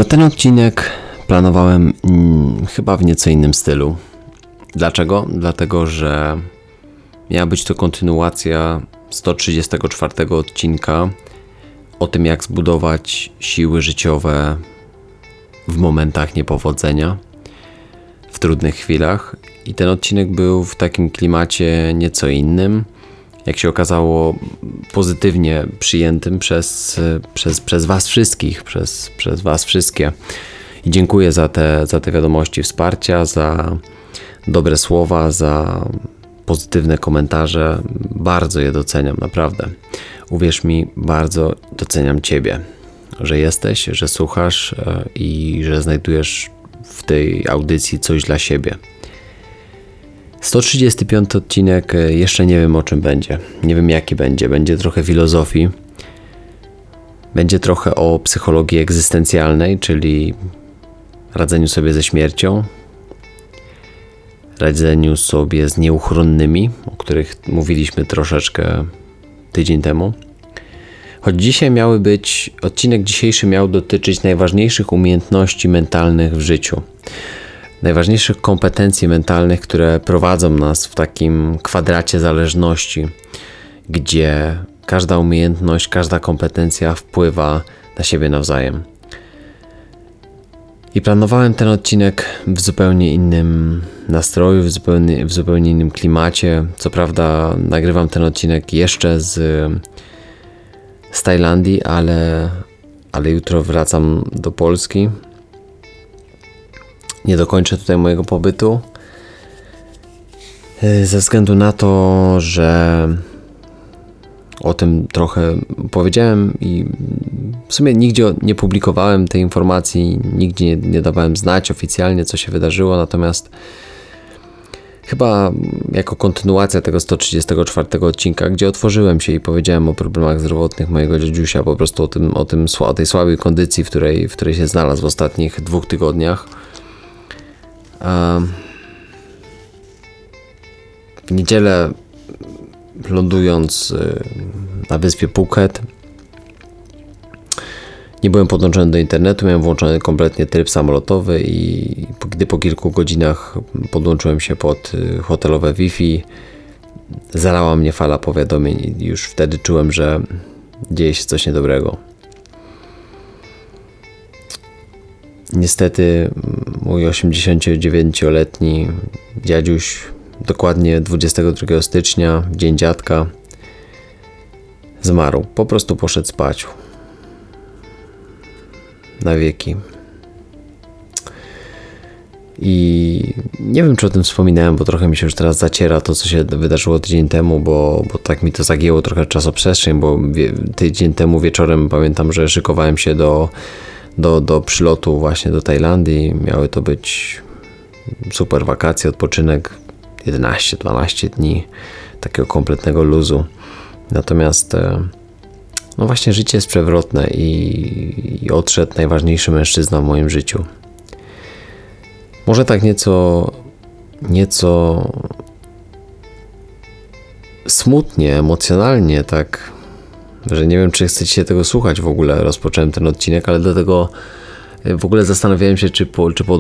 No ten odcinek planowałem chyba w nieco innym stylu. Dlaczego? Dlatego, że miała być to kontynuacja 134 odcinka o tym, jak zbudować siły życiowe w momentach niepowodzenia, w trudnych chwilach. I ten odcinek był w takim klimacie nieco innym, jak się okazało pozytywnie przyjętym przez was wszystkich, przez was wszystkie. I dziękuję za te wiadomości wsparcia, za dobre słowa, za pozytywne komentarze. Bardzo je doceniam, naprawdę. Uwierz mi, bardzo doceniam Ciebie, że jesteś, że słuchasz i że znajdujesz w tej audycji coś dla siebie. 135 odcinek, jeszcze nie wiem o czym będzie. Nie wiem jaki będzie. Będzie trochę filozofii. Będzie trochę o psychologii egzystencjalnej, czyli radzeniu sobie ze śmiercią. Radzeniu sobie z nieuchronnymi, o których mówiliśmy troszeczkę tydzień temu. Choć odcinek dzisiejszy miał dotyczyć najważniejszych umiejętności mentalnych w życiu. Najważniejszych kompetencji mentalnych, które prowadzą nas w takim kwadracie zależności, gdzie każda umiejętność, każda kompetencja wpływa na siebie nawzajem. I planowałem ten odcinek w zupełnie innym nastroju, w zupełnie innym klimacie. Co prawda nagrywam ten odcinek jeszcze z Tajlandii, ale jutro wracam do Polski. Nie dokończę tutaj mojego pobytu ze względu na to, że o tym trochę powiedziałem i w sumie nigdzie nie publikowałem tej informacji, nigdzie nie dawałem znać oficjalnie, co się wydarzyło, natomiast chyba jako kontynuacja tego 134 odcinka, gdzie otworzyłem się i powiedziałem o problemach zdrowotnych mojego dziadusia, po prostu o tej słabej kondycji, w której się znalazł w ostatnich 2 tygodniach. W niedzielę, lądując na wyspie Phuket, nie byłem podłączony do internetu, miałem włączony kompletnie tryb samolotowy i gdy po kilku godzinach podłączyłem się pod hotelowe Wi-Fi, zalała mnie fala powiadomień i już wtedy czułem, że dzieje się coś niedobrego. Niestety mój 89-letni dziaduś dokładnie 22 stycznia, dzień dziadka, zmarł. Po prostu poszedł spać. Na wieki. I nie wiem, czy o tym wspominałem, bo trochę mi się już teraz zaciera to, co się wydarzyło tydzień temu, bo tak mi to zagięło trochę czasoprzestrzeń, bo tydzień temu wieczorem pamiętam, że szykowałem się do przylotu właśnie do Tajlandii. Miały to być super wakacje, odpoczynek, 11-12 dni takiego kompletnego luzu. Natomiast no właśnie życie jest przewrotne i odszedł najważniejszy mężczyzna w moim życiu. Może tak nieco smutnie, emocjonalnie, tak, że nie wiem, czy chcecie się tego słuchać w ogóle. Rozpocząłem ten odcinek, ale dlatego w ogóle zastanawiałem się, czy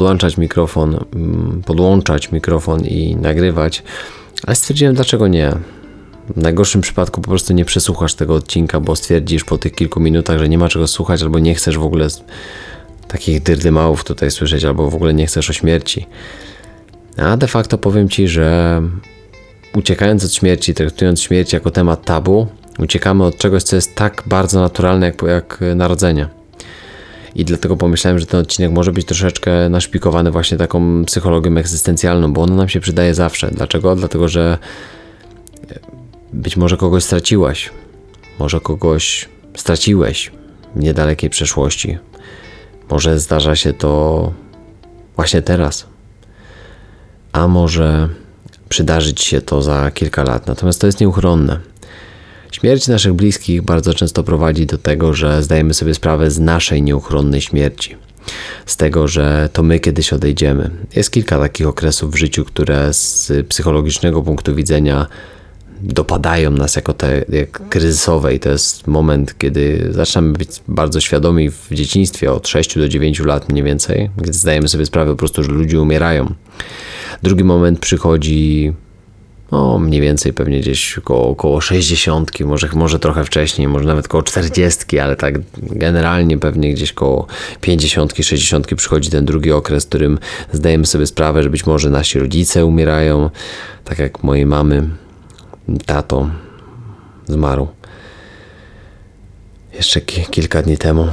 podłączać mikrofon i nagrywać, ale stwierdziłem, dlaczego nie. W najgorszym przypadku po prostu nie przesłuchasz tego odcinka, bo stwierdzisz po tych kilku minutach, że nie ma czego słuchać, albo nie chcesz w ogóle takich dyrdymałów tutaj słyszeć, albo w ogóle nie chcesz o śmierci. A de facto powiem Ci, że uciekając od śmierci, traktując śmierć jako temat tabu, uciekamy od czegoś, co jest tak bardzo naturalne jak narodzenie. I dlatego pomyślałem, że ten odcinek może być troszeczkę naszpikowany właśnie taką psychologią egzystencjalną, bo ona nam się przydaje zawsze. Dlaczego? Dlatego, że być może kogoś straciłaś, może kogoś straciłeś w niedalekiej przeszłości. Może zdarza się to właśnie teraz, a może przydarzyć się to za kilka lat. Natomiast to jest nieuchronne. Śmierć naszych bliskich bardzo często prowadzi do tego, że zdajemy sobie sprawę z naszej nieuchronnej śmierci. Z tego, że to my kiedyś odejdziemy. Jest kilka takich okresów w życiu, które z psychologicznego punktu widzenia dopadają nas jako te jak kryzysowe i to jest moment, kiedy zaczynamy być bardzo świadomi w dzieciństwie od 6 do 9 lat mniej więcej, kiedy zdajemy sobie sprawę po prostu, że ludzie umierają. Drugi moment przychodzi mniej więcej pewnie gdzieś około 60, może trochę wcześniej, może nawet koło 40, ale tak generalnie pewnie gdzieś koło 50, 60 przychodzi ten drugi okres, w którym zdajemy sobie sprawę, że być może nasi rodzice umierają, tak jak mojej mamy, tato zmarł jeszcze kilka dni temu.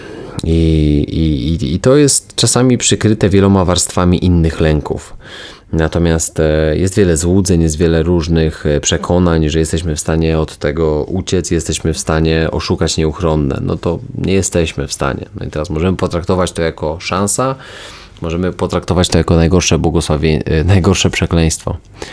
I to jest czasami przykryte wieloma warstwami innych lęków. Natomiast jest wiele złudzeń, jest wiele różnych przekonań, że jesteśmy w stanie od tego uciec, jesteśmy w stanie oszukać nieuchronne. No to nie jesteśmy w stanie. No i teraz możemy potraktować to jako szansa, możemy potraktować to jako najgorsze przekleństwo.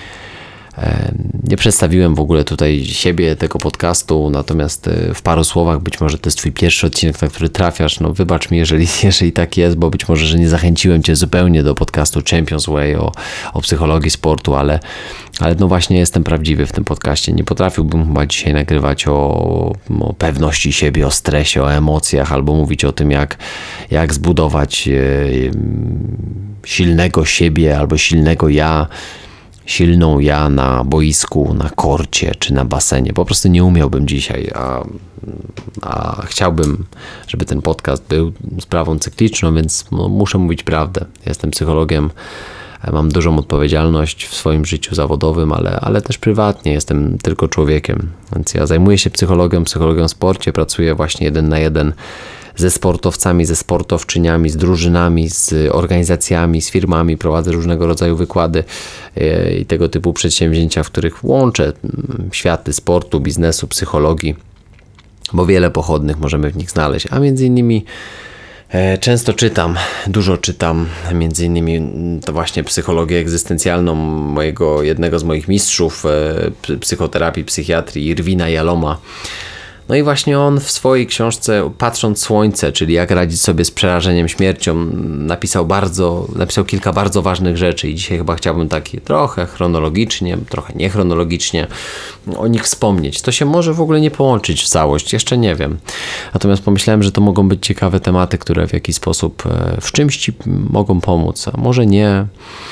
Nie przedstawiłem w ogóle tutaj siebie, tego podcastu, natomiast w paru słowach, być może to jest twój pierwszy odcinek, na który trafiasz, no wybacz mi, jeżeli tak jest, bo być może, że nie zachęciłem cię zupełnie do podcastu Champions Way o psychologii sportu, ale no właśnie jestem prawdziwy w tym podcaście. Nie potrafiłbym chyba dzisiaj nagrywać o pewności siebie, o stresie, o emocjach, albo mówić o tym, jak zbudować silnego siebie albo silnego silną ja na boisku, na korcie czy na basenie. Po prostu nie umiałbym dzisiaj, a chciałbym, żeby ten podcast był sprawą cykliczną, więc muszę mówić prawdę. Jestem psychologiem, mam dużą odpowiedzialność w swoim życiu zawodowym, ale też prywatnie jestem tylko człowiekiem, więc ja zajmuję się psychologią w sporcie, pracuję właśnie 1 na 1 ze sportowcami, ze sportowczyniami, z drużynami, z organizacjami, z firmami, prowadzę różnego rodzaju wykłady i tego typu przedsięwzięcia, w których łączę światy sportu, biznesu, psychologii, bo wiele pochodnych możemy w nich znaleźć, a między innymi często dużo czytam, między innymi to właśnie psychologię egzystencjalną jednego z moich mistrzów psychoterapii, psychiatrii, Irwina Jaloma. No i właśnie on w swojej książce Patrząc Słońce, czyli jak radzić sobie z przerażeniem śmiercią, napisał kilka bardzo ważnych rzeczy i dzisiaj chyba chciałbym trochę chronologicznie, trochę niechronologicznie o nich wspomnieć. To się może w ogóle nie połączyć w całość, jeszcze nie wiem. Natomiast pomyślałem, że to mogą być ciekawe tematy, które w jakiś sposób w czymś ci mogą pomóc, a może nie.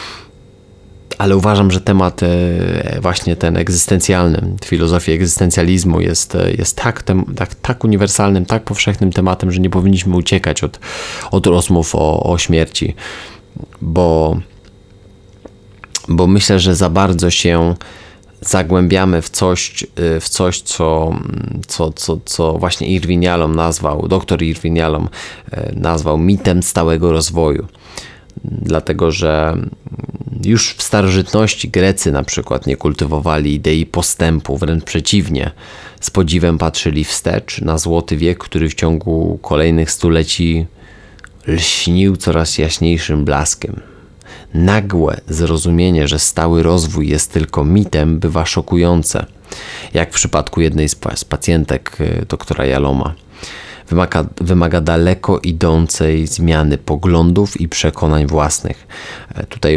Ale uważam, że temat właśnie ten egzystencjalny, filozofii egzystencjalizmu jest tak uniwersalnym, tak powszechnym tematem, że nie powinniśmy uciekać od rozmów o śmierci, bo myślę, że za bardzo się zagłębiamy w coś, co właśnie doktor Irwin Jalom nazwał mitem stałego rozwoju. Dlatego, że już w starożytności Grecy na przykład nie kultywowali idei postępu, wręcz przeciwnie. Z podziwem patrzyli wstecz na złoty wiek, który w ciągu kolejnych stuleci lśnił coraz jaśniejszym blaskiem. Nagłe zrozumienie, że stały rozwój jest tylko mitem, bywa szokujące, jak w przypadku jednej z pacjentek doktora Jaloma. Wymaga daleko idącej zmiany poglądów i przekonań własnych. Tutaj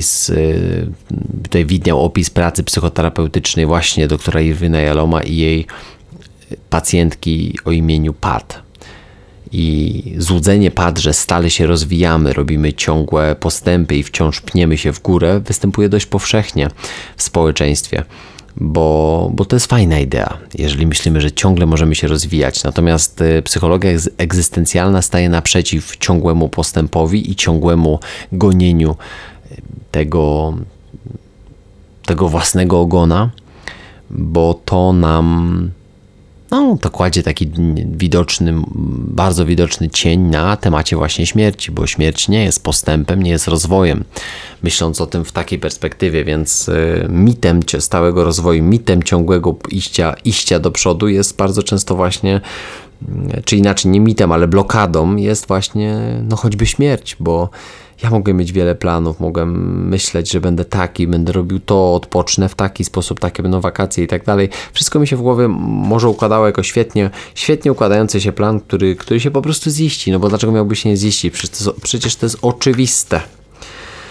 widniał opis pracy psychoterapeutycznej właśnie doktora Irwina Jaloma i jej pacjentki o imieniu Pat. I złudzenie Pat, że stale się rozwijamy, robimy ciągłe postępy i wciąż pniemy się w górę, występuje dość powszechnie w społeczeństwie. Bo to jest fajna idea, jeżeli myślimy, że ciągle możemy się rozwijać. Natomiast psychologia egzystencjalna staje naprzeciw ciągłemu postępowi i ciągłemu gonieniu tego własnego ogona, bo to nam to kładzie taki bardzo widoczny cień na temacie właśnie śmierci, bo śmierć nie jest postępem, nie jest rozwojem. Myśląc o tym w takiej perspektywie, więc mitem stałego rozwoju, mitem ciągłego iścia do przodu jest bardzo często właśnie, czy inaczej nie mitem, ale blokadą jest właśnie choćby śmierć, bo ja mogę mieć wiele planów, mogę myśleć, że będę taki, będę robił to, odpocznę w taki sposób, takie będą wakacje i tak dalej. Wszystko mi się w głowie może układało jako świetnie układający się plan, który się po prostu ziści. No bo dlaczego miałby się nie ziścić? Przecież to jest oczywiste.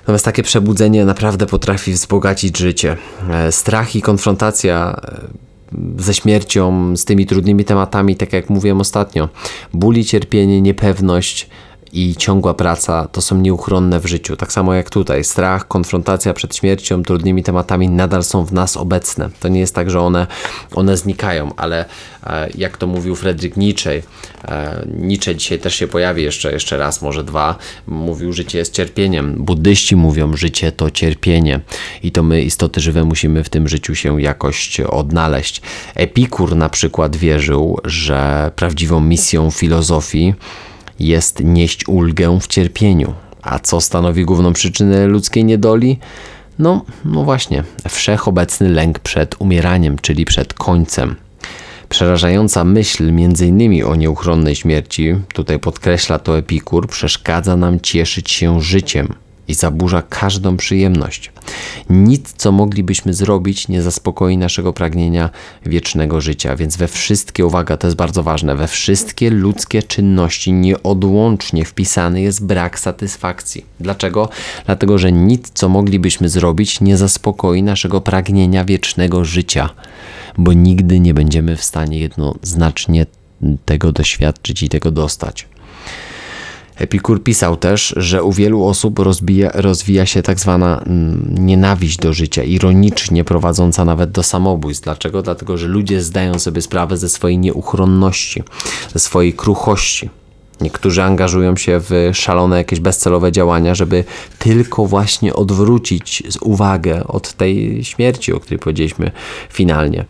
Natomiast takie przebudzenie naprawdę potrafi wzbogacić życie. Strach i konfrontacja ze śmiercią, z tymi trudnymi tematami, tak jak mówiłem ostatnio, ból i cierpienie, niepewność i ciągła praca to są nieuchronne w życiu. Tak samo jak tutaj. Strach, konfrontacja przed śmiercią, trudnymi tematami nadal są w nas obecne. To nie jest tak, że one znikają, ale jak to mówił Friedrich Nietzsche, Nietzsche dzisiaj też się pojawi jeszcze raz, może dwa, mówił, życie jest cierpieniem. Buddyści mówią, życie to cierpienie i to my, istoty żywe, musimy w tym życiu się jakoś odnaleźć. Epikur na przykład wierzył, że prawdziwą misją filozofii jest nieść ulgę w cierpieniu. A co stanowi główną przyczynę ludzkiej niedoli? No właśnie, wszechobecny lęk przed umieraniem, czyli przed końcem. Przerażająca myśl m.in. o nieuchronnej śmierci, tutaj podkreśla to Epikur, przeszkadza nam cieszyć się życiem i zaburza każdą przyjemność. Nic, co moglibyśmy zrobić, nie zaspokoi naszego pragnienia wiecznego życia, więc uwaga, to jest bardzo ważne, we wszystkie ludzkie czynności nieodłącznie wpisany jest brak satysfakcji. Dlaczego? Dlatego, że nic, co moglibyśmy zrobić, nie zaspokoi naszego pragnienia wiecznego życia, bo nigdy nie będziemy w stanie jednoznacznie tego doświadczyć i tego dostać. Epikur pisał też, że u wielu osób rozwija się tak zwana nienawiść do życia, ironicznie prowadząca nawet do samobójstw. Dlaczego? Dlatego, że ludzie zdają sobie sprawę ze swojej nieuchronności, ze swojej kruchości. Niektórzy angażują się w szalone jakieś bezcelowe działania, żeby tylko właśnie odwrócić uwagę od tej śmierci, o której powiedzieliśmy finalnie.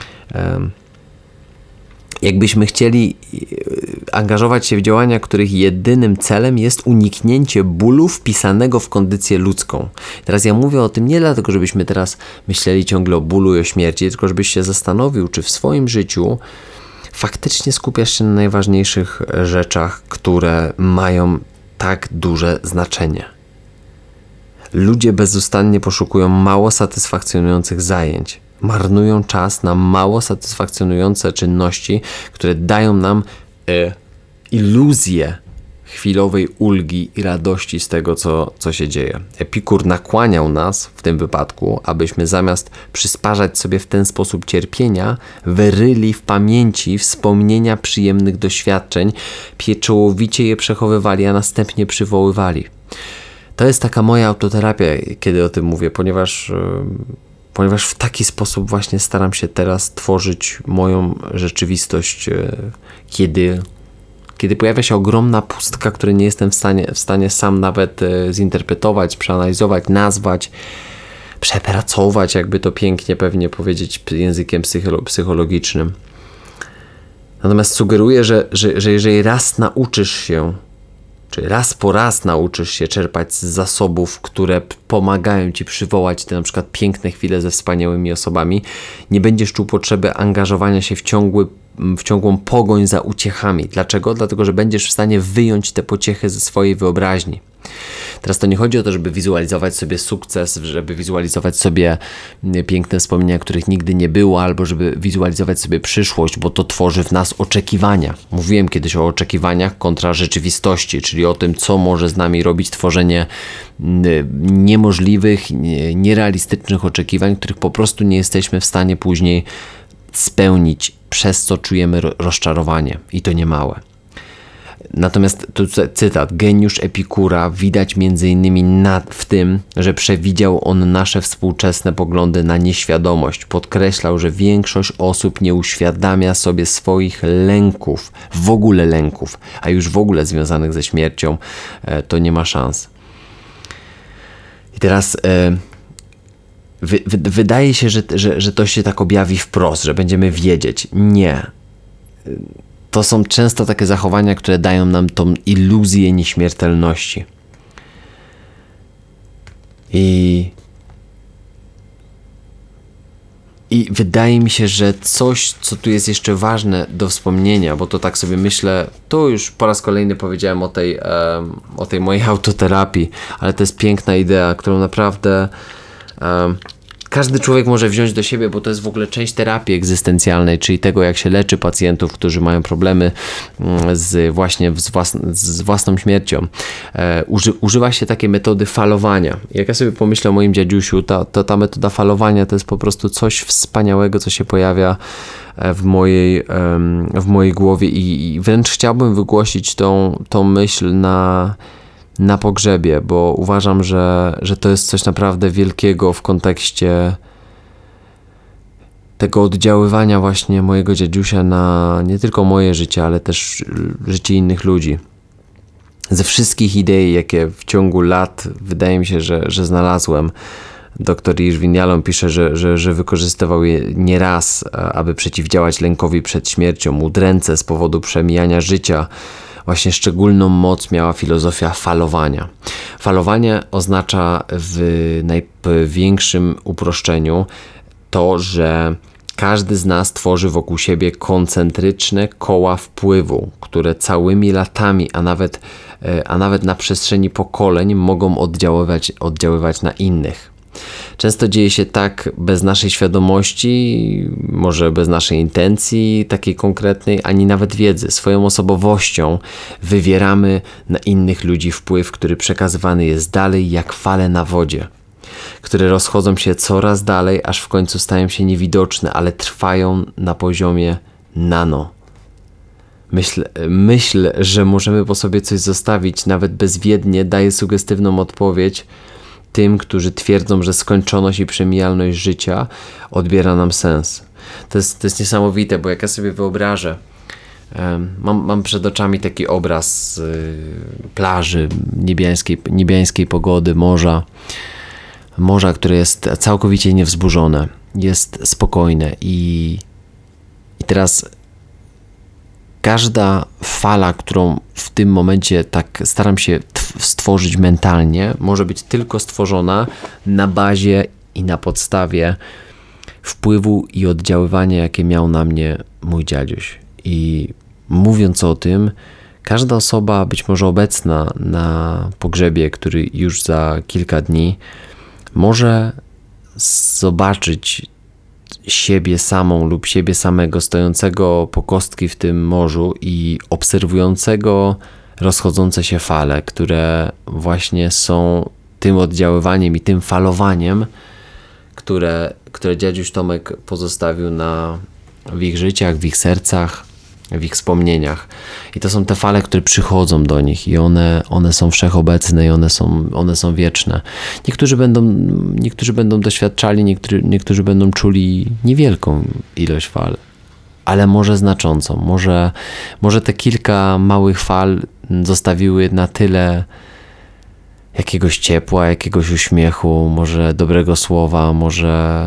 Jakbyśmy chcieli angażować się w działania, których jedynym celem jest uniknięcie bólu wpisanego w kondycję ludzką. Teraz ja mówię o tym nie dlatego, żebyśmy teraz myśleli ciągle o bólu i o śmierci, tylko żebyś się zastanowił, czy w swoim życiu faktycznie skupiasz się na najważniejszych rzeczach, które mają tak duże znaczenie. Ludzie bezustannie poszukują mało satysfakcjonujących zajęć. Marnują czas na mało satysfakcjonujące czynności, które dają nam iluzję chwilowej ulgi i radości z tego, co się dzieje. Epikur nakłaniał nas w tym wypadku, abyśmy zamiast przysparzać sobie w ten sposób cierpienia, wyryli w pamięci wspomnienia przyjemnych doświadczeń, pieczołowicie je przechowywali, a następnie przywoływali. To jest taka moja autoterapia, kiedy o tym mówię, ponieważ w taki sposób właśnie staram się teraz tworzyć moją rzeczywistość, kiedy pojawia się ogromna pustka, której nie jestem w stanie sam nawet zinterpretować, przeanalizować, nazwać, przepracować, jakby to pięknie pewnie powiedzieć językiem psychologicznym. Natomiast sugeruję, że jeżeli raz nauczysz się, czy raz po raz nauczysz się czerpać z zasobów, które pomagają Ci przywołać te na przykład piękne chwile ze wspaniałymi osobami, nie będziesz czuł potrzeby angażowania się w ciągłą pogoń za uciechami. Dlaczego? Dlatego, że będziesz w stanie wyjąć te pociechy ze swojej wyobraźni. Teraz to nie chodzi o to, żeby wizualizować sobie sukces, żeby wizualizować sobie piękne wspomnienia, których nigdy nie było, albo żeby wizualizować sobie przyszłość, bo to tworzy w nas oczekiwania. Mówiłem kiedyś o oczekiwaniach kontra rzeczywistości, czyli o tym, co może z nami robić tworzenie niemożliwych, nierealistycznych oczekiwań, których po prostu nie jesteśmy w stanie później spełnić, przez co czujemy rozczarowanie i to niemałe. Natomiast tu cytat, geniusz Epikura widać m.in. w tym, że przewidział on nasze współczesne poglądy na nieświadomość. Podkreślał, że większość osób nie uświadamia sobie swoich lęków, w ogóle lęków, a już w ogóle związanych ze śmiercią, to nie ma szans. I teraz wydaje się, że to się tak objawi wprost, że będziemy wiedzieć. Nie. To są często takie zachowania, które dają nam tą iluzję nieśmiertelności. I wydaje mi się, że coś, co tu jest jeszcze ważne do wspomnienia, bo to tak sobie myślę, to już po raz kolejny powiedziałem o tej mojej autoterapii, ale to jest piękna idea, którą naprawdę każdy człowiek może wziąć do siebie, bo to jest w ogóle część terapii egzystencjalnej, czyli tego, jak się leczy pacjentów, którzy mają problemy z własną śmiercią. Używa się takiej metody falowania. Jak ja sobie pomyślę o moim dziadusiu, ta metoda falowania to jest po prostu coś wspaniałego, co się pojawia w mojej głowie i wręcz chciałbym wygłosić tą myśl na pogrzebie, bo uważam, że to jest coś naprawdę wielkiego w kontekście tego oddziaływania właśnie mojego dziadusia na nie tylko moje życie, ale też życie innych ludzi. Ze wszystkich idei, jakie w ciągu lat wydaje mi się, że znalazłem, dr Irwin Yalom pisze, że wykorzystywał je nieraz, aby przeciwdziałać lękowi przed śmiercią, udręce z powodu przemijania życia. Właśnie szczególną moc miała filozofia falowania. Falowanie oznacza w największym uproszczeniu to, że każdy z nas tworzy wokół siebie koncentryczne koła wpływu, które całymi latami, a nawet na przestrzeni pokoleń mogą oddziaływać na innych. Często dzieje się tak bez naszej świadomości, może bez naszej intencji takiej konkretnej, ani nawet wiedzy. Swoją osobowością wywieramy na innych ludzi wpływ, który przekazywany jest dalej jak fale na wodzie, które rozchodzą się coraz dalej, aż w końcu stają się niewidoczne, ale trwają na poziomie nano. Myśl, że możemy po sobie coś zostawić, nawet bezwiednie, daje sugestywną odpowiedź tym, którzy twierdzą, że skończoność i przemijalność życia odbiera nam sens. To jest niesamowite, bo jak ja sobie wyobrażę, mam przed oczami taki obraz plaży, niebiańskiej pogody, morza, które jest całkowicie niewzburzone, jest spokojne i teraz każda fala, którą w tym momencie tak staram się stworzyć mentalnie, może być tylko stworzona na bazie i na podstawie wpływu i oddziaływania, jakie miał na mnie mój dziaduś. I mówiąc o tym, każda osoba być może obecna na pogrzebie, który już za kilka dni, może zobaczyć siebie samą lub siebie samego stojącego po kostki w tym morzu i obserwującego rozchodzące się fale, które właśnie są tym oddziaływaniem i tym falowaniem, które dziaduś Tomek pozostawił w ich życiach, w ich sercach, w ich wspomnieniach. I to są te fale, które przychodzą do nich i one są wszechobecne i one są wieczne. Niektórzy będą doświadczali, niektórzy będą czuli niewielką ilość fal, ale może znaczącą. Może te kilka małych fal zostawiły na tyle jakiegoś ciepła, jakiegoś uśmiechu, może dobrego słowa, może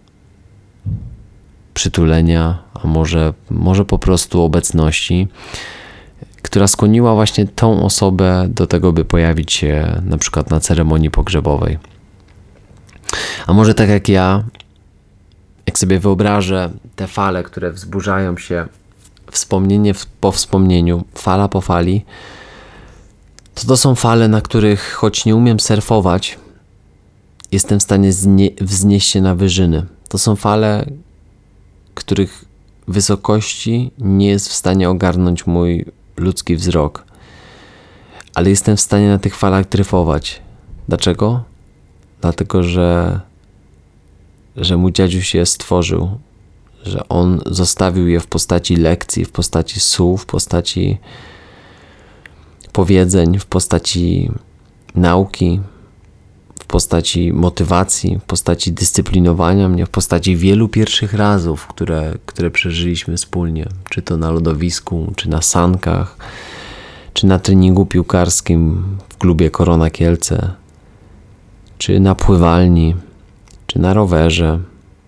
przytulenia, a może po prostu obecności, która skłoniła właśnie tą osobę do tego, by pojawić się na przykład na ceremonii pogrzebowej. A może tak jak ja, jak sobie wyobrażę te fale, które wzburzają się, wspomnienie po wspomnieniu, fala po fali, to są fale, na których choć nie umiem surfować, jestem w stanie wznieść się na wyżyny. To są fale, których wysokości nie jest w stanie ogarnąć mój ludzki wzrok. Ale jestem w stanie na tych falach dryfować. Dlaczego? Dlatego, że mój dziaduś je stworzył, że on zostawił je w postaci lekcji, w postaci słów, w postaci powiedzeń, w postaci nauki, w postaci motywacji, w postaci dyscyplinowania mnie, w postaci wielu pierwszych razów, które przeżyliśmy wspólnie, czy to na lodowisku, czy na sankach, czy na treningu piłkarskim w klubie Korona Kielce, czy na pływalni, czy na rowerze,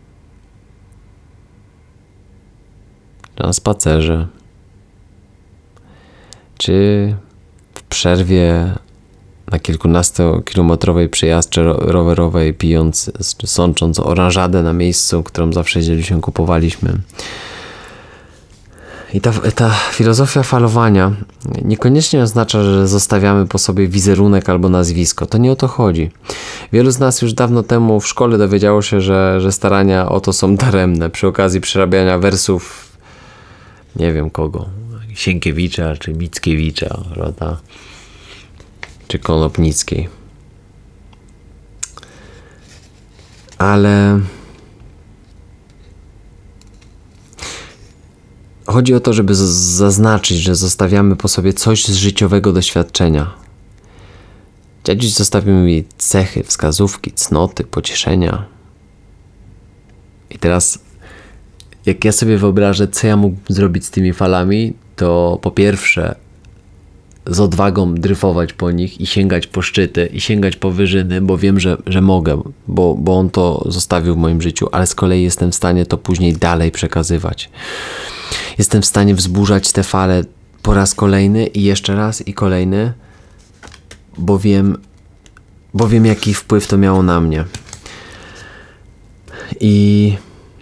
czy na spacerze, czy w przerwie na kilkunastokilometrowej przejażdżce rowerowej, sącząc oranżadę na miejscu, którą zawsze z dziadusiem kupowaliśmy. I ta filozofia falowania niekoniecznie oznacza, że zostawiamy po sobie wizerunek albo nazwisko. To nie o to chodzi. Wielu z nas już dawno temu w szkole dowiedziało się, że starania o to są daremne. Przy okazji przerabiania wersów nie wiem kogo. Sienkiewicza, czy Mickiewicza, prawda? Czy Konopnickiej. Ale chodzi o to, żeby zaznaczyć, że zostawiamy po sobie coś z życiowego doświadczenia. Dziadziuś zostawił mi cechy, wskazówki, cnoty, pocieszenia. I teraz, jak ja sobie wyobrażę, co ja mógłbym zrobić z tymi falami, to po pierwsze z odwagą dryfować po nich i sięgać po szczyty i sięgać po wyżyny, bo wiem, że mogę, bo on to zostawił w moim życiu, ale z kolei jestem w stanie to później dalej przekazywać. Jestem w stanie wzburzać te fale po raz kolejny i jeszcze raz i kolejny, bo wiem jaki wpływ to miało na mnie. I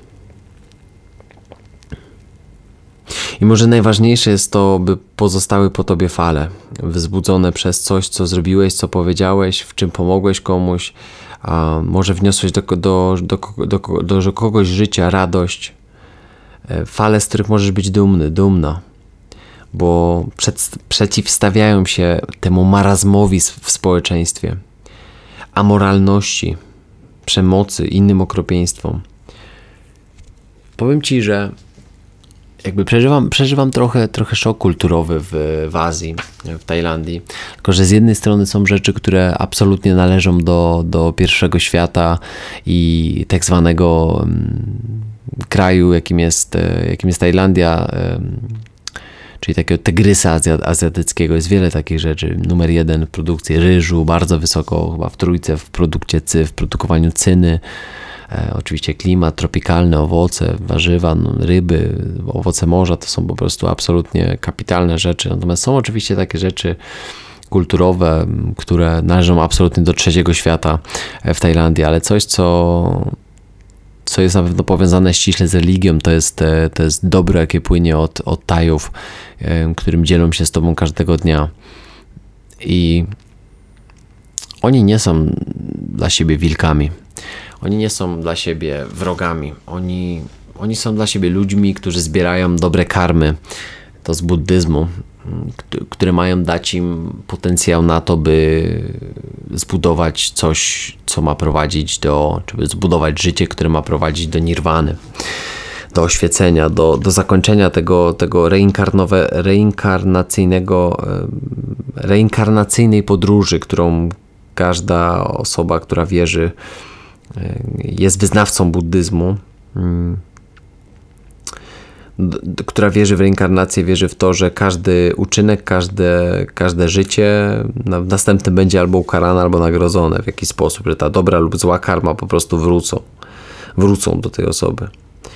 może najważniejsze jest to, by pozostały po tobie fale, wzbudzone przez coś, co zrobiłeś, co powiedziałeś, w czym pomogłeś komuś, a może wniosłeś do kogoś życia radość, fale, z których możesz być dumny, dumna, bo przeciwstawiają się temu marazmowi w społeczeństwie, amoralności, przemocy, innym okropieństwom. Powiem ci, że jakby przeżywam trochę szok kulturowy w Azji, w Tajlandii. Tylko że z jednej strony są rzeczy, które absolutnie należą do pierwszego świata i tak zwanego kraju, jakim jest Tajlandia, czyli takiego tygrysa azjatyckiego. Jest wiele takich rzeczy. Numer 1 w produkcji ryżu, bardzo wysoko, chyba w trójce w produkowaniu cyny. Oczywiście klimat tropikalny, owoce, warzywa, ryby, owoce morza to są po prostu absolutnie kapitalne rzeczy. Natomiast są oczywiście takie rzeczy kulturowe, które należą absolutnie do trzeciego świata w Tajlandii, ale coś, co jest na pewno powiązane ściśle z religią, to jest dobro, jakie płynie od Tajów, którym dzielą się z tobą każdego dnia. I oni nie są dla siebie wilkami. Oni nie są dla siebie wrogami. Oni są dla siebie ludźmi, którzy zbierają dobre karmy. To z buddyzmu, które mają dać im potencjał na to, by zbudować coś, co ma prowadzić czy by zbudować życie, które ma prowadzić do nirwany, do oświecenia, do zakończenia tego reinkarnacyjnej podróży, którą każda osoba, która wierzy, jest wyznawcą buddyzmu, która wierzy w reinkarnację, wierzy w to, że każdy uczynek, każde życie następnym będzie albo ukarane, albo nagrodzone w jakiś sposób, że ta dobra lub zła karma po prostu wrócą do tej osoby.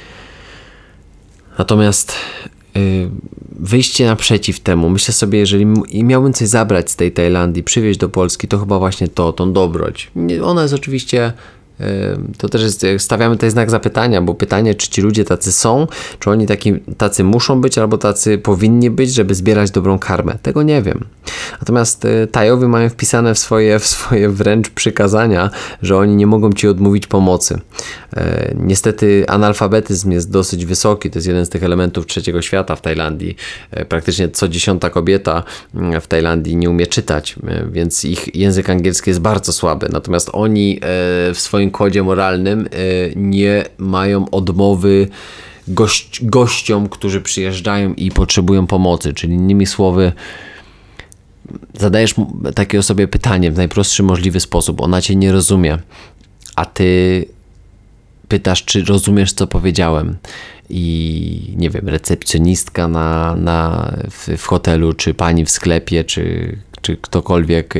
Natomiast wyjście naprzeciw temu, myślę sobie, jeżeli miałbym coś zabrać z tej Tajlandii, przywieźć do Polski, to chyba właśnie tą dobroć. Ona jest oczywiście, to też jest, stawiamy tutaj znak zapytania, bo pytanie, czy ci ludzie tacy są, czy oni tacy muszą być, albo tacy powinni być, żeby zbierać dobrą karmę. Tego nie wiem. Natomiast Tajowie mają wpisane w swoje wręcz przykazania, że oni nie mogą ci odmówić pomocy. Niestety analfabetyzm jest dosyć wysoki, to jest jeden z tych elementów trzeciego świata w Tajlandii. Praktycznie co 10. kobieta w Tajlandii nie umie czytać, więc ich język angielski jest bardzo słaby. Natomiast oni w swoim kodzie moralnym nie mają odmowy gościom, którzy przyjeżdżają i potrzebują pomocy. Czyli innymi słowy, zadajesz takiej osobie pytanie w najprostszy możliwy sposób. Ona cię nie rozumie, a ty pytasz, czy rozumiesz, co powiedziałem. I nie wiem, recepcjonistka w hotelu, czy pani w sklepie, czy ktokolwiek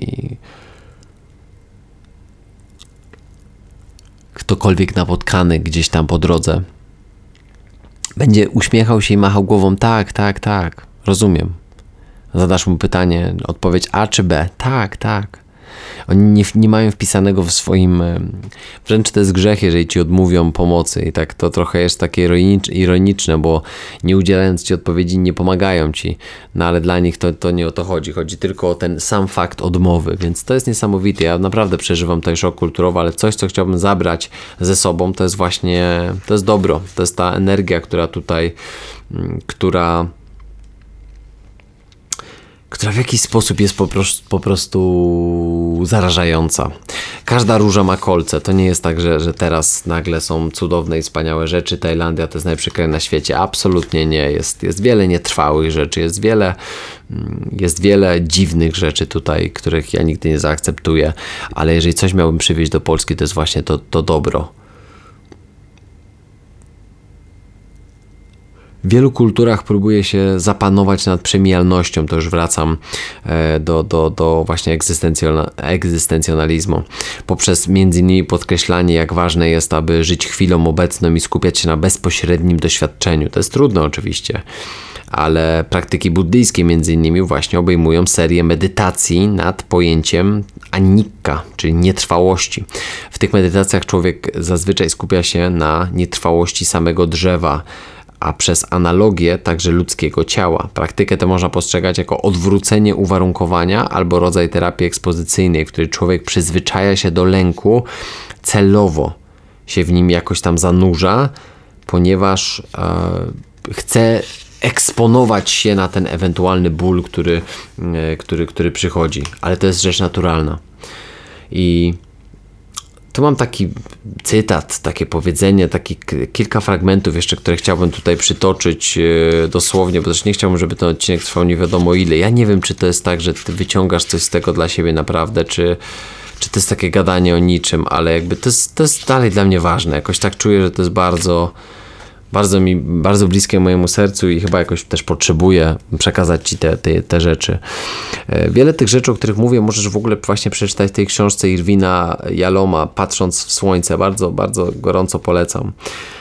napotkany gdzieś tam po drodze będzie uśmiechał się i machał głową, tak, rozumiem. Zadasz mu pytanie, odpowiedź A czy B? Tak. Oni nie mają wpisanego w swoim... Wręcz to jest grzech, jeżeli ci odmówią pomocy i tak to trochę jest takie ironiczne, bo nie udzielając ci odpowiedzi nie pomagają ci, no ale dla nich to nie o to chodzi. Chodzi tylko o ten sam fakt odmowy, więc to jest niesamowite. Ja naprawdę przeżywam tutaj szok kulturowy, ale coś, co chciałbym zabrać ze sobą, to jest właśnie, to jest dobro, to jest ta energia, która tutaj, która w jakiś sposób jest po prostu zarażająca. Każda róża ma kolce. To nie jest tak, że teraz nagle są cudowne i wspaniałe rzeczy. Tajlandia to jest najlepszy kraj na świecie. Absolutnie nie. Jest wiele nietrwałych rzeczy. Jest wiele dziwnych rzeczy tutaj, których ja nigdy nie zaakceptuję. Ale jeżeli coś miałbym przywieźć do Polski, to jest właśnie to dobro. W wielu kulturach próbuje się zapanować nad przemijalnością, to już wracam do właśnie egzystencjonalizmu, poprzez między innymi podkreślanie, jak ważne jest, aby żyć chwilą obecną i skupiać się na bezpośrednim doświadczeniu. To jest trudne oczywiście, ale praktyki buddyjskie między innymi właśnie obejmują serię medytacji nad pojęciem anicca, czyli nietrwałości. W tych medytacjach człowiek zazwyczaj skupia się na nietrwałości samego drzewa, a przez analogię także ludzkiego ciała. Praktykę tę można postrzegać jako odwrócenie uwarunkowania albo rodzaj terapii ekspozycyjnej, w której człowiek przyzwyczaja się do lęku, celowo się w nim jakoś tam zanurza, ponieważ chce eksponować się na ten ewentualny ból, który przychodzi. Ale to jest rzecz naturalna. I tu mam taki cytat, takie powiedzenie, kilka fragmentów jeszcze, które chciałbym tutaj przytoczyć dosłownie, bo też nie chciałbym, żeby ten odcinek trwał nie wiadomo ile. Ja nie wiem, czy to jest tak, że ty wyciągasz coś z tego dla siebie naprawdę, czy to jest takie gadanie o niczym, ale jakby to jest dalej dla mnie ważne. Jakoś tak czuję, że to jest bardzo bliskie mojemu sercu i chyba jakoś też potrzebuję przekazać ci te rzeczy. Wiele tych rzeczy, o których mówię, możesz w ogóle właśnie przeczytać w tej książce Irwina Yaloma, Patrząc w słońce. Bardzo, bardzo gorąco polecam.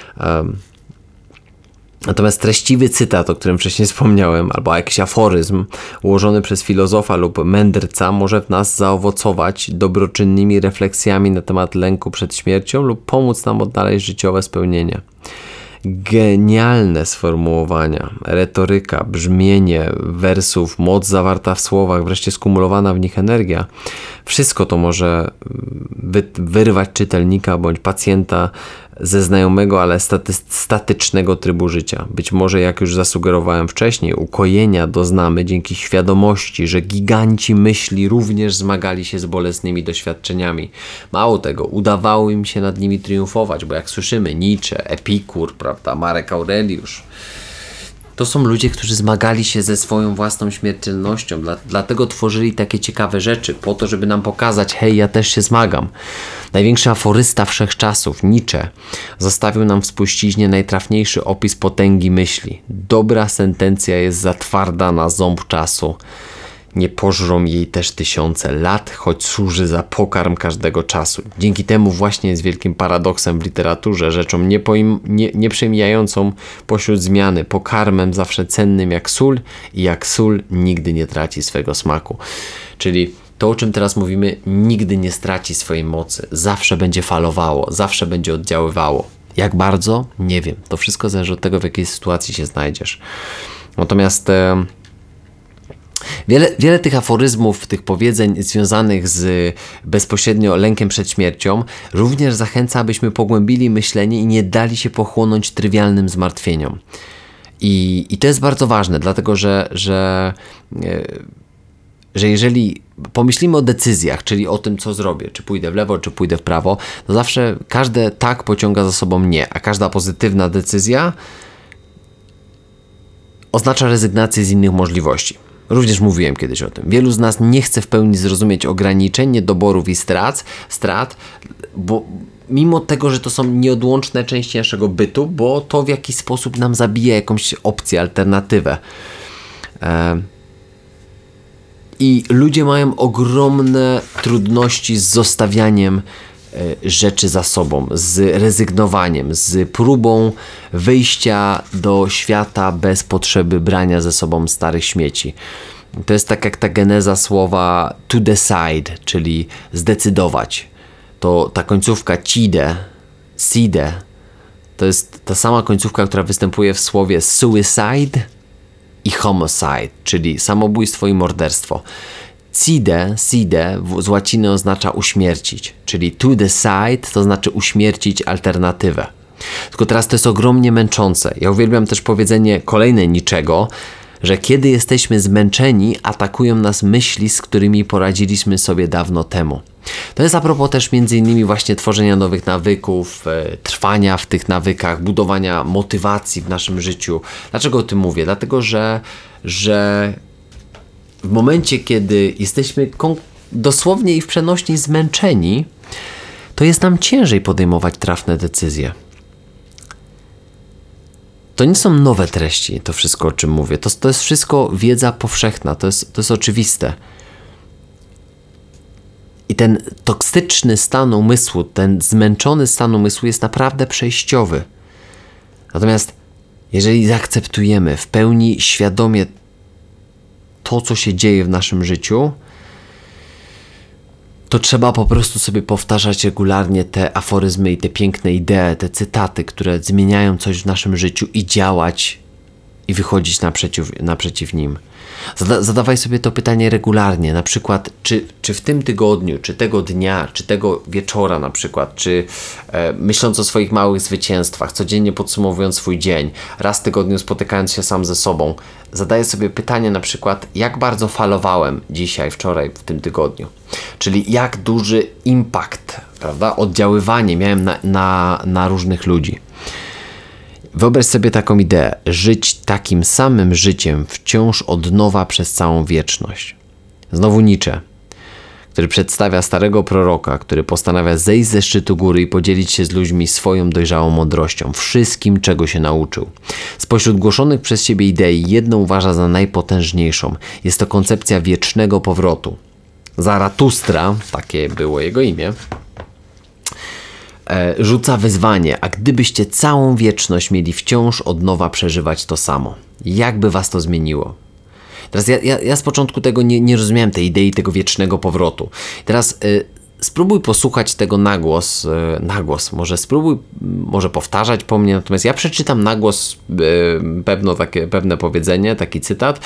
Natomiast treściwy cytat, o którym wcześniej wspomniałem, albo jakiś aforyzm ułożony przez filozofa lub mędrca może w nas zaowocować dobroczynnymi refleksjami na temat lęku przed śmiercią lub pomóc nam odnaleźć życiowe spełnienie. Genialne sformułowania, retoryka, brzmienie wersów, moc zawarta w słowach, wreszcie skumulowana w nich energia. Wszystko to może wyrwać czytelnika bądź pacjenta ze znajomego, ale statycznego trybu życia. Być może, jak już zasugerowałem wcześniej, ukojenia doznamy dzięki świadomości, że giganci myśli również zmagali się z bolesnymi doświadczeniami. Mało tego, udawało im się nad nimi triumfować, bo jak słyszymy, Nietzsche, Epikur, prawda, Marek Aureliusz, to są ludzie, którzy zmagali się ze swoją własną śmiertelnością, dlatego tworzyli takie ciekawe rzeczy, po to, żeby nam pokazać, hej, ja też się zmagam. Największy aforysta wszechczasów, Nietzsche, zostawił nam w spuściźnie najtrafniejszy opis potęgi myśli. Dobra sentencja jest za twarda na ząb czasu. Nie pożrą jej też tysiące lat, choć służy za pokarm każdego czasu. Dzięki temu właśnie jest wielkim paradoksem w literaturze, rzeczą nieprzemijającą pośród zmiany, pokarmem zawsze cennym jak sól i jak sól nigdy nie traci swego smaku. Czyli to, o czym teraz mówimy, nigdy nie straci swojej mocy. Zawsze będzie falowało, zawsze będzie oddziaływało. Jak bardzo? Nie wiem. To wszystko zależy od tego, w jakiej sytuacji się znajdziesz. Natomiast wiele tych aforyzmów, tych powiedzeń związanych z bezpośrednio lękiem przed śmiercią również zachęca, abyśmy pogłębili myślenie i nie dali się pochłonąć trywialnym zmartwieniom. I to jest bardzo ważne, dlatego że jeżeli pomyślimy o decyzjach, czyli o tym, co zrobię, czy pójdę w lewo, czy pójdę w prawo, to zawsze każde tak pociąga za sobą nie, a każda pozytywna decyzja oznacza rezygnację z innych możliwości. Również mówiłem kiedyś o tym. Wielu z nas nie chce w pełni zrozumieć ograniczeń, niedoborów i strat, bo mimo tego, że to są nieodłączne części naszego bytu, bo to w jakiś sposób nam zabija jakąś opcję, alternatywę. I ludzie mają ogromne trudności z zostawianiem rzeczy za sobą, z rezygnowaniem, z próbą wyjścia do świata bez potrzeby brania ze sobą starych śmieci. To jest tak jak ta geneza słowa to decide, czyli zdecydować. To ta końcówka cide, to jest ta sama końcówka, która występuje w słowie suicide i homicide, czyli samobójstwo i morderstwo. Cide z łaciny oznacza uśmiercić, czyli to decide to znaczy uśmiercić alternatywę. Tylko teraz to jest ogromnie męczące. Ja uwielbiam też powiedzenie kolejne niczego, że kiedy jesteśmy zmęczeni, atakują nas myśli, z którymi poradziliśmy sobie dawno temu. To jest a propos też między innymi właśnie tworzenia nowych nawyków, trwania w tych nawykach, budowania motywacji w naszym życiu. Dlaczego o tym mówię? Dlatego, że w momencie, kiedy jesteśmy dosłownie i w przenośni zmęczeni, to jest nam ciężej podejmować trafne decyzje. To nie są nowe treści, to wszystko, o czym mówię. To jest wszystko wiedza powszechna, to jest oczywiste. I ten toksyczny stan umysłu, ten zmęczony stan umysłu jest naprawdę przejściowy. Natomiast jeżeli zaakceptujemy w pełni świadomie to, co się dzieje w naszym życiu, to trzeba po prostu sobie powtarzać regularnie te aforyzmy i te piękne idee, te cytaty, które zmieniają coś w naszym życiu i działać i wychodzić naprzeciw nim. Zadawaj sobie to pytanie regularnie, na przykład czy w tym tygodniu, czy tego dnia, czy tego wieczora na przykład, czy myśląc o swoich małych zwycięstwach, codziennie podsumowując swój dzień, raz w tygodniu spotykając się sam ze sobą, zadaję sobie pytanie na przykład, jak bardzo falowałem dzisiaj, wczoraj, w tym tygodniu. Czyli jak duży impact, prawda, oddziaływanie miałem na różnych ludzi. Wyobraź sobie taką ideę, żyć takim samym życiem wciąż od nowa przez całą wieczność. Znowu Nietzsche, który przedstawia starego proroka, który postanawia zejść ze szczytu góry i podzielić się z ludźmi swoją dojrzałą mądrością, wszystkim, czego się nauczył. Spośród głoszonych przez siebie idei jedną uważa za najpotężniejszą. Jest to koncepcja wiecznego powrotu. Zaratustra, takie było jego imię, rzuca wyzwanie, a gdybyście całą wieczność mieli wciąż od nowa przeżywać to samo, jak by was to zmieniło? Teraz ja z początku tego nie rozumiałem tej idei tego wiecznego powrotu. Teraz spróbuj posłuchać tego na głos, może powtarzać po mnie, natomiast ja przeczytam na głos pewne powiedzenie, taki cytat,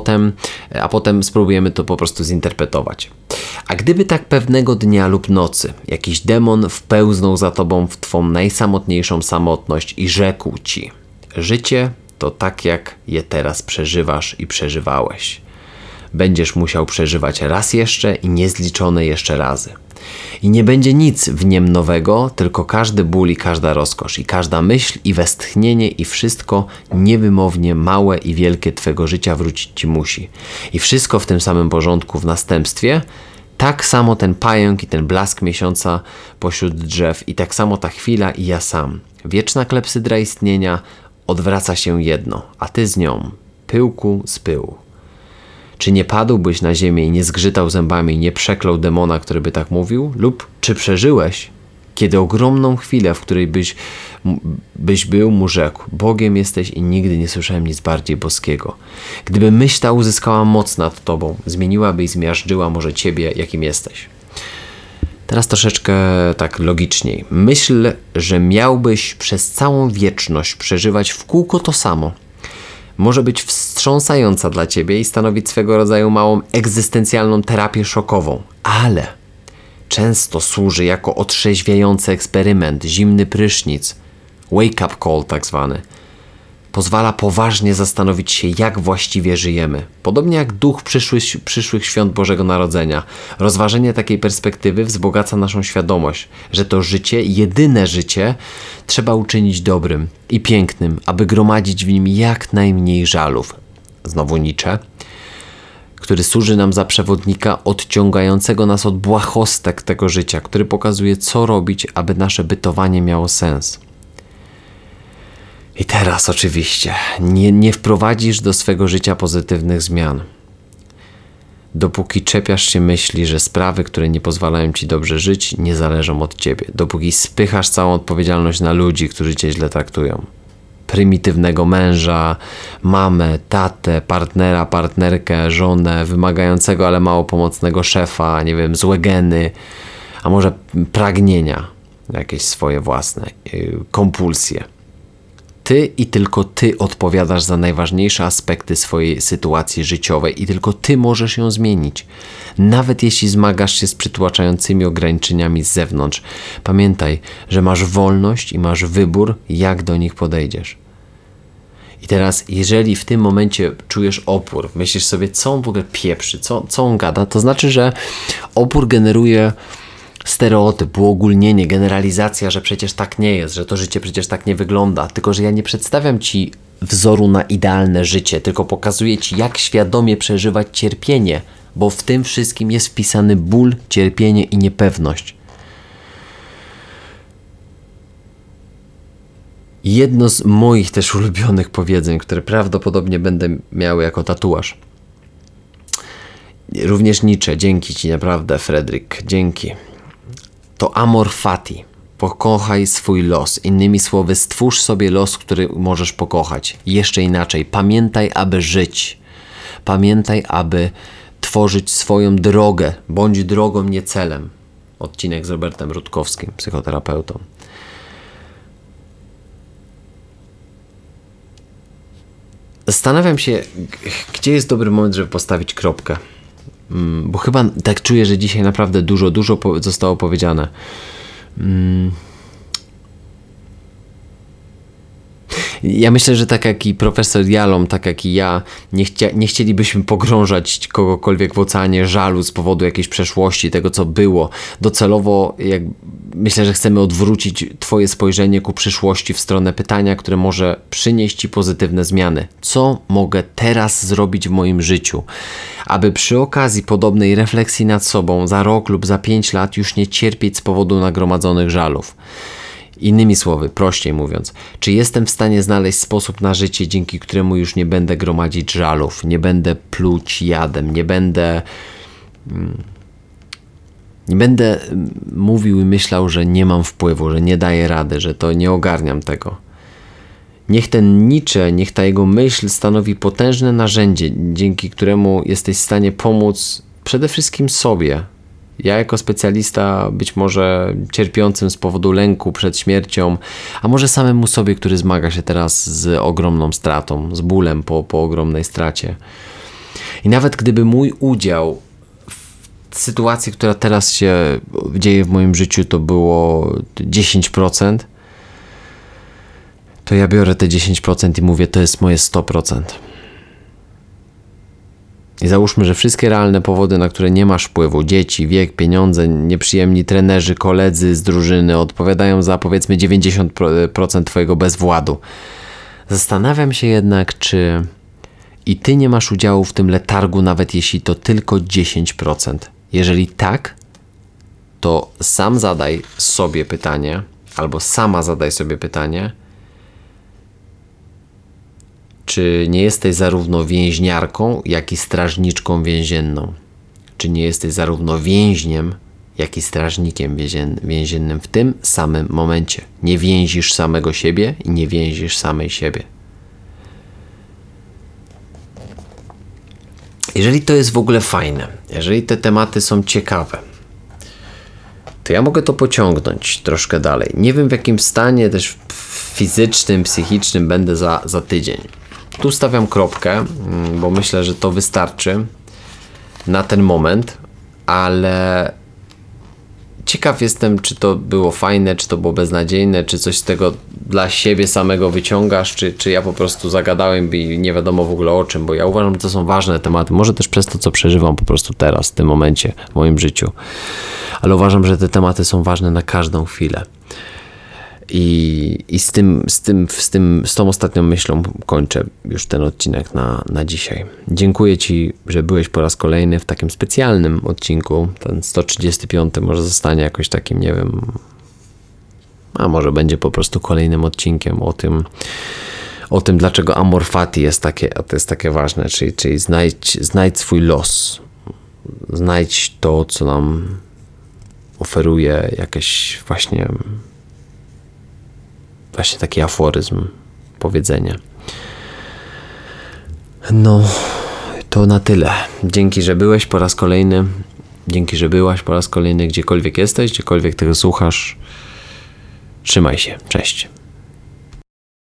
a potem spróbujemy to po prostu zinterpretować. A gdyby tak pewnego dnia lub nocy jakiś demon wpełznął za tobą w twą najsamotniejszą samotność i rzekł ci: życie to tak, jak je teraz przeżywasz i przeżywałeś. Będziesz musiał przeżywać raz jeszcze i niezliczone jeszcze razy. I nie będzie nic w niem nowego, tylko każdy ból i każda rozkosz, i każda myśl i westchnienie i wszystko niewymownie małe i wielkie twego życia wrócić ci musi. I wszystko w tym samym porządku w następstwie, tak samo ten pająk i ten blask miesiąca pośród drzew i tak samo ta chwila i ja sam. Wieczna klepsydra istnienia odwraca się jedno, a ty z nią, pyłku z pyłu. Czy nie padłbyś na ziemię i nie zgrzytał zębami i nie przeklął demona, który by tak mówił? Lub czy przeżyłeś, kiedy ogromną chwilę, w której byś był, mu rzekł: Bogiem jesteś i nigdy nie słyszałem nic bardziej boskiego. Gdyby myśl ta uzyskała moc nad tobą, zmieniłaby i zmiażdżyła może ciebie, jakim jesteś. Teraz troszeczkę tak logiczniej. Myśl, że miałbyś przez całą wieczność przeżywać w kółko to samo, może być wstrząsająca dla ciebie i stanowić swego rodzaju małą egzystencjalną terapię szokową, ale często służy jako otrzeźwiający eksperyment, zimny prysznic, wake-up call tak zwany. Pozwala poważnie zastanowić się, jak właściwie żyjemy. Podobnie jak duch przyszłych świąt Bożego Narodzenia. Rozważenie takiej perspektywy wzbogaca naszą świadomość, że to życie, jedyne życie, trzeba uczynić dobrym i pięknym, aby gromadzić w nim jak najmniej żalów. Znowu Nietzsche, który służy nam za przewodnika odciągającego nas od błahostek tego życia, który pokazuje, co robić, aby nasze bytowanie miało sens. I teraz oczywiście nie wprowadzisz do swego życia pozytywnych zmian, dopóki czepiasz się myśli, że sprawy, które nie pozwalają ci dobrze żyć, nie zależą od ciebie, dopóki spychasz całą odpowiedzialność na ludzi, którzy cię źle traktują. prymitywnego męża, mamę, tatę, partnera, partnerkę, żonę, wymagającego, ale mało pomocnego szefa, nie wiem, złe geny, a może pragnienia jakieś swoje własne, kompulsje. Ty i tylko ty odpowiadasz za najważniejsze aspekty swojej sytuacji życiowej i tylko ty możesz ją zmienić. Nawet jeśli zmagasz się z przytłaczającymi ograniczeniami z zewnątrz, pamiętaj, że masz wolność i masz wybór, jak do nich podejdziesz. I teraz, jeżeli w tym momencie czujesz opór, myślisz sobie, co on w ogóle pieprzy, co on gada, to znaczy, że opór generuje stereotyp, uogólnienie, generalizacja, że przecież tak nie jest, że to życie przecież tak nie wygląda. Tylko że ja nie przedstawiam ci wzoru na idealne życie, tylko pokazuję ci, jak świadomie przeżywać cierpienie, bo w tym wszystkim jest wpisany ból, cierpienie i niepewność. Jedno z moich też ulubionych powiedzeń, które prawdopodobnie będę miał jako tatuaż. Również Nietzsche, dzięki ci naprawdę, Fredryk, dzięki. To amor fati, pokochaj swój los. Innymi słowy, stwórz sobie los, który możesz pokochać. Jeszcze inaczej, pamiętaj, aby żyć. Pamiętaj, aby tworzyć swoją drogę. Bądź drogą, nie celem. Odcinek z Robertem Rutkowskim, psychoterapeutą. Zastanawiam się, gdzie jest dobry moment, żeby postawić kropkę. Bo chyba tak czuję, że dzisiaj naprawdę dużo zostało powiedziane. Ja myślę, że tak jak i profesor Jalom, tak jak i ja, nie chcielibyśmy pogrążać kogokolwiek w oceanie żalu z powodu jakiejś przeszłości, tego co było. Docelowo myślę, że chcemy odwrócić twoje spojrzenie ku przyszłości w stronę pytania, które może przynieść ci pozytywne zmiany. Co mogę teraz zrobić w moim życiu, aby przy okazji podobnej refleksji nad sobą za rok lub za 5 lat już nie cierpieć z powodu nagromadzonych żalów? Innymi słowy, prościej mówiąc, czy jestem w stanie znaleźć sposób na życie, dzięki któremu już nie będę gromadzić żalów, nie będę pluć jadem, nie będę mówił i myślał, że nie mam wpływu, że nie daję rady, że to nie ogarniam tego. Niech ten Nietzsche, niech ta jego myśl stanowi potężne narzędzie, dzięki któremu jesteś w stanie pomóc przede wszystkim sobie. Ja jako specjalista, być może cierpiącym z powodu lęku przed śmiercią, a może samemu sobie, który zmaga się teraz z ogromną stratą, z bólem po ogromnej stracie. I nawet gdyby mój udział w sytuacji, która teraz się dzieje w moim życiu, to było 10%, to ja biorę te 10% i mówię, to jest moje 100%. I załóżmy, że wszystkie realne powody, na które nie masz wpływu, dzieci, wiek, pieniądze, nieprzyjemni trenerzy, koledzy z drużyny odpowiadają za powiedzmy 90% twojego bezwładu. Zastanawiam się jednak, czy i ty nie masz udziału w tym letargu, nawet jeśli to tylko 10%. Jeżeli tak, to sam zadaj sobie pytanie, albo sama zadaj sobie pytanie, czy nie jesteś zarówno więźniarką, jak i strażniczką więzienną? Czy nie jesteś zarówno więźniem, jak i strażnikiem więziennym w tym samym momencie? Nie więzisz samego siebie i nie więzisz samej siebie. Jeżeli to jest w ogóle fajne, jeżeli te tematy są ciekawe, to ja mogę to pociągnąć troszkę dalej. Nie wiem, w jakim stanie też fizycznym, psychicznym będę za tydzień. Tu stawiam kropkę, bo myślę, że to wystarczy na ten moment, ale ciekaw jestem, czy to było fajne, czy to było beznadziejne, czy coś z tego dla siebie samego wyciągasz, czy ja po prostu zagadałem i nie wiadomo w ogóle o czym, bo ja uważam, że to są ważne tematy, może też przez to, co przeżywam po prostu teraz, w tym momencie w moim życiu, ale uważam, że te tematy są ważne na każdą chwilę. I z tą ostatnią myślą kończę już ten odcinek na dzisiaj. Dziękuję ci, że byłeś po raz kolejny w takim specjalnym odcinku. Ten 135 może zostanie jakoś takim, nie wiem, a może będzie po prostu kolejnym odcinkiem o tym dlaczego amor fati jest takie ważne, czyli znajdź swój los. Znajdź to, co nam oferuje jakieś właśnie taki aforyzm. powiedzenie. No, to na tyle. Dzięki, że byłeś po raz kolejny. Dzięki, że byłaś po raz kolejny, gdziekolwiek jesteś, gdziekolwiek tego słuchasz. Trzymaj się. Cześć.